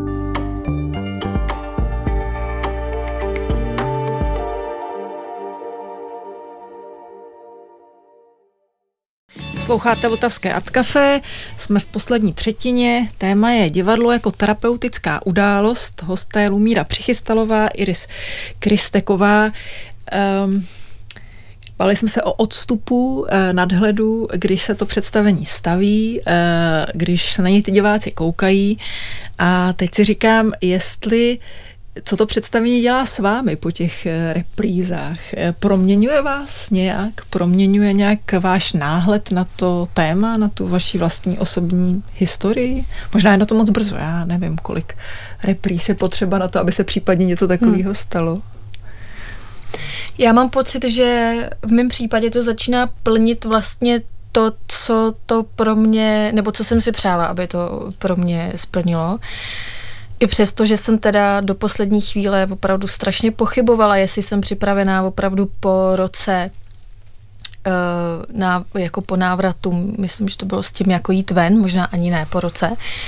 [SPEAKER 1] Posloucháte Vltavské Art Café, jsme v poslední třetině, téma je divadlo jako terapeutická událost, hosté Lumíra Přichystalová, Iris Krysteková. Um, bavili jsme se o odstupu, eh, nadhledu, když se to představení staví, eh, když se na něj ty diváci koukají a teď si říkám, jestli co to představení dělá s vámi po těch reprízách? Proměňuje vás nějak? Proměňuje nějak váš náhled na to téma, na tu vaši vlastní osobní historii? Možná je na to moc brzo, já nevím, kolik repríz je potřeba na to, aby se případně něco takového hmm. stalo.
[SPEAKER 3] Já mám pocit, že v mém případě to začíná plnit vlastně to, co to pro mě, nebo co jsem si přála, aby to pro mě splnilo. I přesto, že jsem teda do poslední chvíle opravdu strašně pochybovala, jestli jsem připravená opravdu po roce uh, na, jako po návratu, myslím, že to bylo s tím jako jít ven, možná ani ne po roce,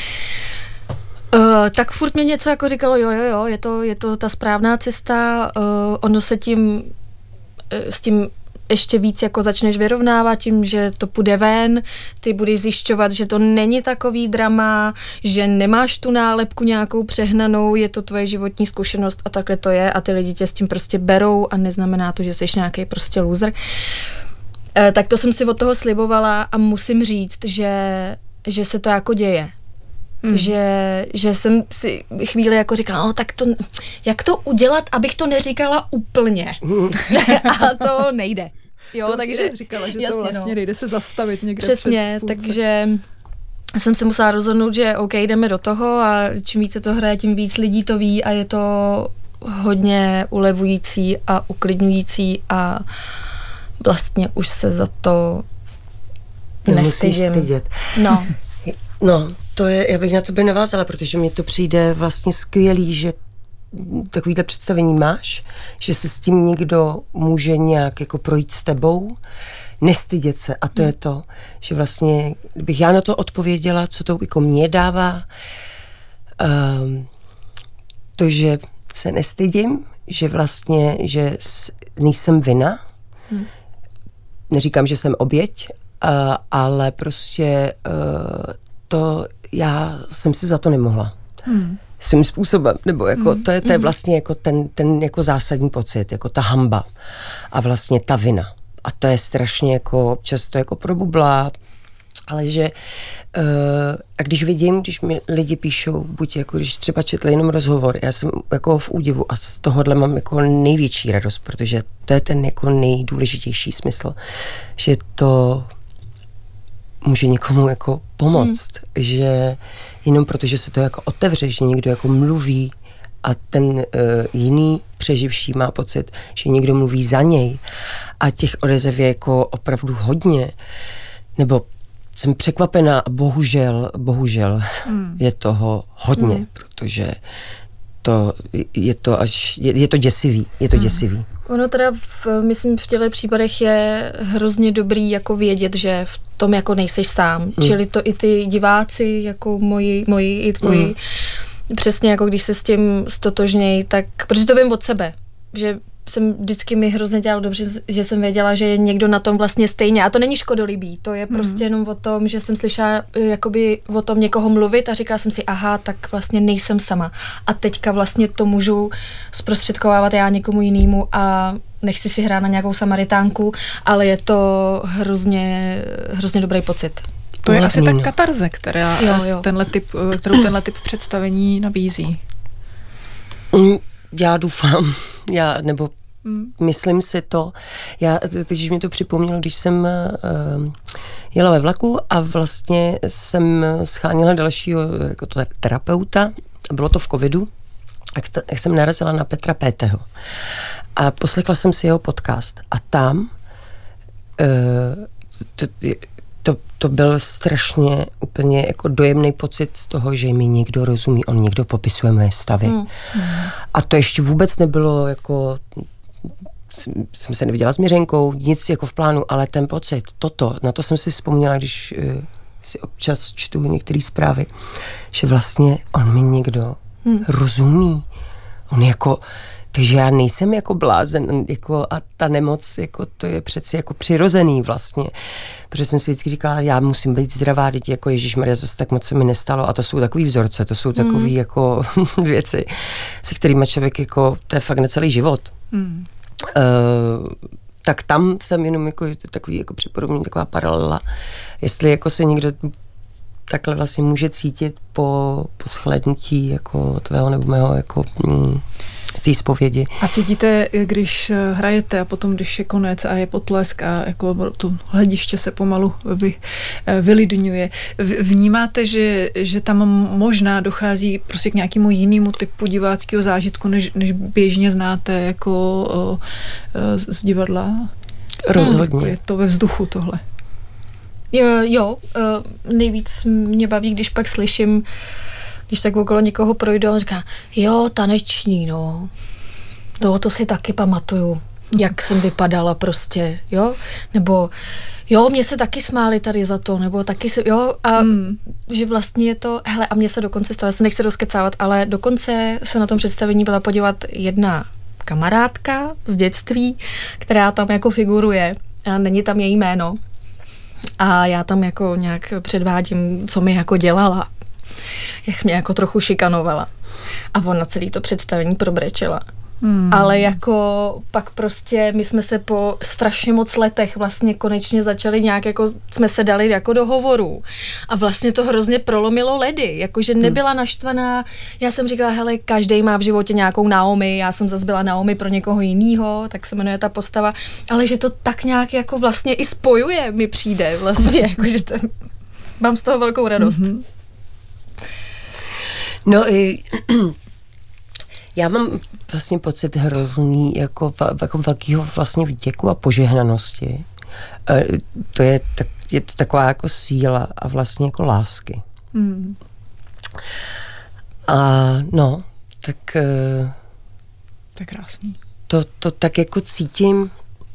[SPEAKER 3] uh, tak furt mě něco jako říkalo, jo, jo, jo, je to, je to ta správná cesta, uh, ono se tím uh, s tím ještě víc jako začneš vyrovnávat tím, že to půjde ven, ty budeš zjišťovat, že to není takový drama, že nemáš tu nálepku nějakou přehnanou, je to tvoje životní zkušenost a takhle to je a ty lidi tě s tím prostě berou a neznamená to, že jsi nějaký prostě loser. E, tak to jsem si od toho slibovala a musím říct, že, že se to jako děje. Hmm. Že, že jsem si chvíli jako říkala, no tak to, jak to udělat, abych to neříkala úplně. A to nejde. Jo,
[SPEAKER 1] to
[SPEAKER 3] takže
[SPEAKER 1] říkala, že jasně, to vlastně no. nejde se zastavit někde.
[SPEAKER 3] Přesně, takže jsem se musela rozhodnout, že OK, jdeme do toho a čím více to hraje, tím víc lidí to ví a je to hodně ulevující a uklidňující a vlastně už se za to
[SPEAKER 2] nemusíš stydět.
[SPEAKER 3] No.
[SPEAKER 2] No, to je, já bych na tebe navázala, protože mi to přijde vlastně skvělý, že takovýhle představení máš, že se s tím někdo může nějak jako projít s tebou, nestydět se. A to hmm. je to, že vlastně, kdybych já na to odpověděla, co to jako mě dává, um, to, že se nestydím, že vlastně, že nejsem vina, hmm. neříkám, že jsem oběť, uh, ale prostě uh, to já jsem si za to nemohla. Hmm. Svým způsobem, nebo jako hmm. to, je, to je vlastně jako ten, ten jako zásadní pocit, jako ta hanba a vlastně ta vina. A to je strašně jako často jako probublá, ale že uh, a když vidím, když mi lidi píšou, buď jako když třeba četli jenom rozhovor, já jsem jako v údivu a z tohohle mám jako největší radost, protože to je ten jako nejdůležitější smysl, že to může někomu jako pomoct, hmm. že jenom protože se to jako otevře, že někdo jako mluví a ten uh, jiný přeživší má pocit, že někdo mluví za něj a těch odezev je jako opravdu hodně, nebo jsem překvapená a bohužel, bohužel hmm. je toho hodně, hmm. protože to je to až, je, je to děsivý, je to hmm. děsivý.
[SPEAKER 3] Ono teda, v, myslím, v těchto případech je hrozně dobrý jako vědět, že v tom jako nejseš sám. Mm. Čili to i ty diváci, jako moji, moji i tvoji, mm. přesně jako když se s tím stotožněj, tak, protože to vím od sebe, že jsem vždycky mi hrozně dělalo dobře, že jsem věděla, že je někdo na tom vlastně stejně. A to není škodolibý, to je prostě mm. jenom o tom, že jsem slyšela jakoby o tom někoho mluvit a říkala jsem si, aha, tak vlastně nejsem sama. A teďka vlastně to můžu zprostředkovávat já někomu jinému a nechci si hrát na nějakou samaritánku, ale je to hrozně, hrozně dobrý pocit.
[SPEAKER 1] To je asi ta katarze, která
[SPEAKER 3] jo, jo.
[SPEAKER 1] Tenhle typ, kterou tenhle typ představení nabízí.
[SPEAKER 2] Já doufám, já, nebo hmm. myslím si to. Já, teď mi to připomnělo, když jsem uh, jela ve vlaku a vlastně jsem schánila dalšího jako to, terapeuta, bylo to v covidu, jak jsem narazila na Petra Péteho. A poslechla jsem si jeho podcast a tam uh, to, to, to byl strašně úplně jako dojemný pocit z toho, že mi někdo rozumí, on někdo popisuje moje stavy. Mm. A to ještě vůbec nebylo jako, jsem se neviděla s Miřenkou, nic jako v plánu, ale ten pocit, toto, na to jsem si vzpomněla, když uh, si občas čtu některé zprávy, že vlastně on mi někdo mm. rozumí. On jako, takže já nejsem jako blázen, jako a ta nemoc, jako to je přeci jako přirozený vlastně. Protože jsem si vždycky říkala, já musím být zdravá, děti, jako Ježišmarja, zase tak moc se mi nestalo a to jsou takový vzorce, to jsou takový mm. jako věci, se kterými člověk jako, to je fakt na celý život. Mm. Uh, tak tam jsem jenom jako takový jako připodobný, taková paralela, jestli jako se někdo takhle vlastně může cítit po, po shlédnutí jako tvého nebo mého jako mm, té zpovědi.
[SPEAKER 1] A cítíte, když hrajete a potom, když je konec a je potlesk a jako to hlediště se pomalu vy, vylidňuje, vnímáte, že, že tam možná dochází prostě k nějakému jinému typu diváckého zážitku, než, než běžně znáte jako o, z divadla?
[SPEAKER 2] Rozhodně.
[SPEAKER 1] No, je to ve vzduchu tohle.
[SPEAKER 3] Jo, jo, nejvíc mě baví, když pak slyším, když tak okolo někoho projdu a on říká, jo, taneční, no, to, to si taky pamatuju, jak jsem vypadala prostě, jo, nebo jo, mě se taky smáli tady za to, nebo taky se, jo, a hmm. že vlastně je to, hele, a mě se dokonce stalo, se nechci rozkecávat, ale dokonce se na tom představení byla podívat jedna kamarádka z dětství, která tam jako figuruje a není tam její jméno. A já tam jako nějak předvádím, co mi jako dělala. Jak mě jako trochu šikanovala. A ona celý to představení probrečela. Hmm. Ale jako pak prostě my jsme se po strašně moc letech vlastně konečně začali nějak jako, jsme se dali jako do hovorů. A vlastně to hrozně prolomilo ledy. Jakože nebyla naštvaná. Já jsem říkala, hele, každej má v životě nějakou Naomi. Já jsem zase byla Naomi pro někoho jinýho, tak se jmenuje ta postava. Ale že to tak nějak jako vlastně i spojuje, mi přijde vlastně. Jakože to, mám z toho velkou radost. Mm-hmm.
[SPEAKER 2] No i... Já mám vlastně pocit hrozný, jako, jako velkého vlastně vděku a požehnanosti. E, to je, tak, je to taková jako síla a vlastně jako lásky. Hmm. A no, tak... E,
[SPEAKER 1] to je krásný.
[SPEAKER 2] To, to tak jako cítím.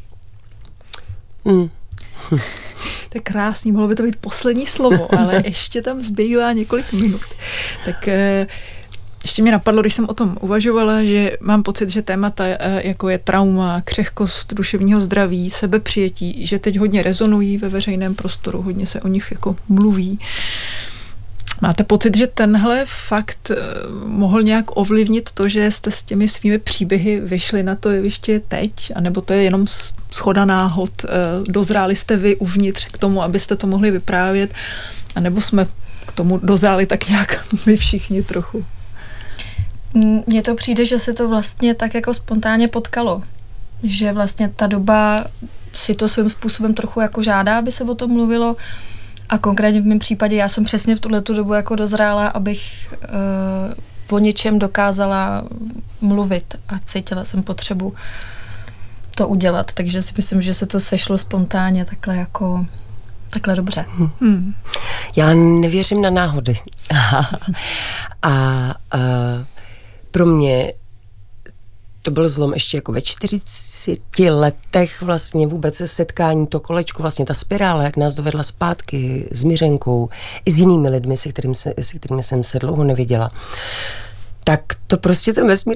[SPEAKER 2] Hmm.
[SPEAKER 1] To je krásný, mohlo by to být poslední slovo, ale ještě tam zbývá několik minut. Tak... E, Ještě mě napadlo, když jsem o tom uvažovala, že mám pocit, že témata jako je trauma, křehkost duševního zdraví, sebepřijetí, že teď hodně rezonují ve veřejném prostoru, hodně se o nich jako mluví. Máte pocit, že tenhle fakt mohl nějak ovlivnit to, že jste s těmi svými příběhy vyšli na to jeviště teď? A nebo to je jenom shoda náhod? Dozráli jste vy uvnitř k tomu, abyste to mohli vyprávět? A nebo jsme k tomu dozráli tak nějak my všichni trochu?
[SPEAKER 3] Mně to přijde, že se to vlastně tak jako spontánně potkalo. Že vlastně ta doba si to svým způsobem trochu jako žádá, aby se o tom mluvilo. A konkrétně v mém případě já jsem přesně v tuhletu dobu jako dozrála, abych uh, o něčem dokázala mluvit a cítila jsem potřebu to udělat. Takže si myslím, že se to sešlo spontánně takhle jako takhle dobře.
[SPEAKER 2] Hmm. Já nevěřím na náhody. a uh, pro mě to byl zlom ještě jako ve čtyřiceti letech vlastně vůbec se setkání, to kolečko, vlastně ta spirála, jak nás dovedla zpátky s Miřenkou i s jinými lidmi, se kterými, se, se kterými jsem se dlouho neviděla. Tak to prostě ten vesmír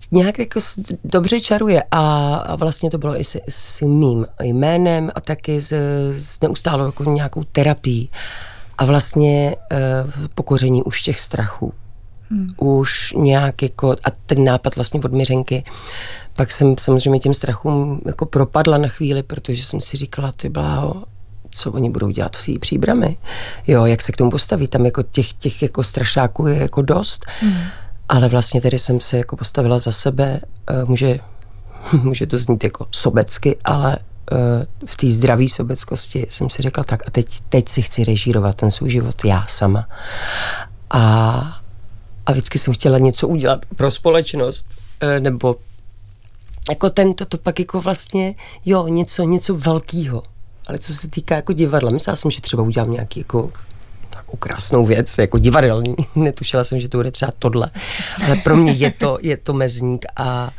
[SPEAKER 2] nějak jako dobře čaruje a, a vlastně to bylo i s, s mým jménem a taky s, s neustálou jako nějakou terapií a vlastně uh, pokoření už těch strachů. Hmm. Už nějak jako, a ten nápad vlastně od Miřenky, pak jsem samozřejmě těm strachům jako propadla na chvíli, protože jsem si říkala, ty bláho, co oni budou dělat v té Příbrami, jo, jak se k tomu postaví, tam jako těch, těch jako strašáků je jako dost, hmm. ale vlastně tady jsem se jako postavila za sebe, může, může to znít jako sobecky, ale v té zdravé sobeckosti jsem si řekla tak a teď, teď si chci režírovat ten svůj život já sama. A A vždycky jsem chtěla něco udělat pro společnost, nebo jako tento, to pak jako vlastně, jo, něco, něco velkýho. Ale co se týká jako divadla, myslela jsem, že třeba udělám nějaký jako takovou krásnou věc, jako divadelní. Netušila jsem, že to bude třeba tohle. Ale pro mě je to, je to mezník a,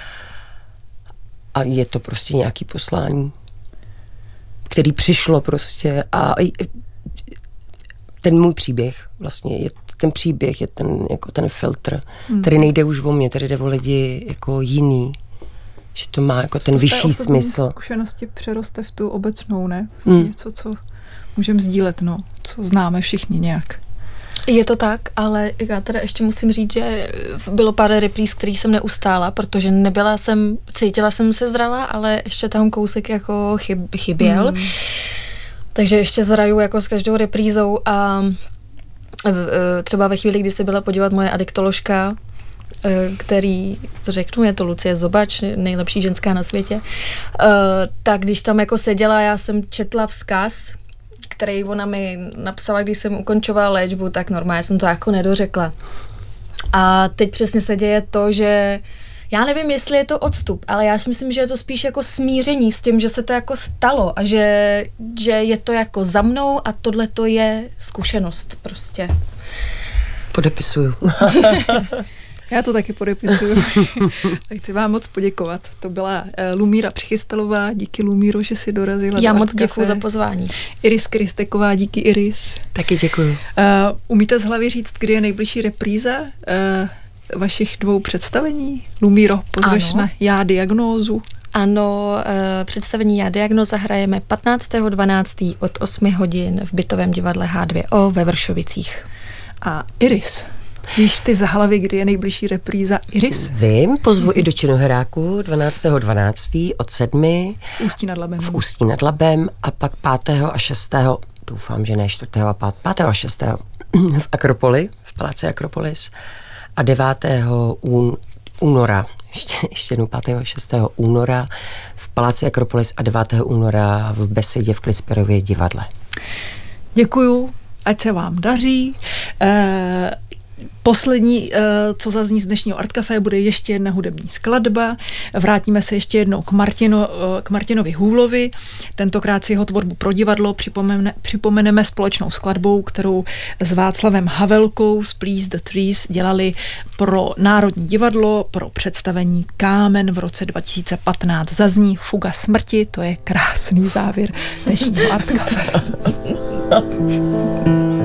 [SPEAKER 2] a je to prostě nějaký poslání, který přišlo prostě a ten můj příběh vlastně je ten příběh je ten, jako ten filtr, hmm. který nejde už o mě, tady jde o lidi jako jiný, že to má jako ten to vyšší smysl.
[SPEAKER 1] Zkušenosti přeroste v tu obecnou, ne? Hmm. Něco, co můžeme sdílet, no, co známe všichni nějak.
[SPEAKER 3] Je to tak, ale já teda ještě musím říct, že bylo pár repríz, který jsem neustála, protože nebyla jsem, cítila jsem se zralá, ale ještě tam kousek jako chyb, chyběl. Hmm. Takže ještě zraju jako s každou reprízou a třeba ve chvíli, kdy se byla podívat moje adiktoložka, který, to řeknu, je to Lucie Zobač, nejlepší ženská na světě, tak když tam jako seděla, já jsem četla vzkaz, který ona mi napsala, když jsem ukončovala léčbu, tak normálně jsem to jako nedořekla. A teď přesně se děje to, že já nevím, jestli je to odstup, ale já si myslím, že je to spíš jako smíření s tím, že se to jako stalo a že, že je to jako za mnou a tohle to je zkušenost prostě.
[SPEAKER 2] Podepisuju.
[SPEAKER 1] Já to taky podepisuju. Tak chci vám moc poděkovat. To byla Lumíra Přichystalová. Díky, Lumíro, že jsi dorazila.
[SPEAKER 3] Já moc děkuju za pozvání.
[SPEAKER 1] Iris Krysteková, díky, Iris.
[SPEAKER 2] Taky děkuju. Uh,
[SPEAKER 1] umíte z hlavy říct, kdy je nejbližší repríza uh, vašich dvou představení? Lumíro, pozveš na Já diagnózu.
[SPEAKER 3] Ano, uh, představení Já diagnóza hrajeme patnáctého dvanáctého od osmi hodin v bytovém divadle H dva O ve Vršovicích.
[SPEAKER 1] A Iris, víš ty za hlavy, kdy je nejbližší repríza Iris?
[SPEAKER 2] Vím, pozvu i do Činoheráku dvanáctého dvanáctého od sedmi.
[SPEAKER 1] V Ústí nad Labem.
[SPEAKER 2] V Ústí nad Labem a pak pátého a šestého doufám, že ne čtvrtého a pátého, pátého a šestého v Akropoli, v Paláci Akropolis a devátého února, ještě, ještě jednou pátého a šestého února v Paláci Akropolis a devátého února v Besedě v Klisperově divadle.
[SPEAKER 1] Děkuju, ať se vám daří. E- Poslední, co zazní z dnešního Art Café, bude ještě jedna hudební skladba. Vrátíme se ještě jednou k, Martino, k Martinovi Hůlovi. Tentokrát si jeho tvorbu pro divadlo připomene, připomeneme společnou skladbou, kterou s Václavem Havelkou z Please the Trees dělali pro Národní divadlo, pro představení Kámen v roce dva tisíce patnáct. Zazní Fuga smrti, to je krásný závěr dnešního Art Café.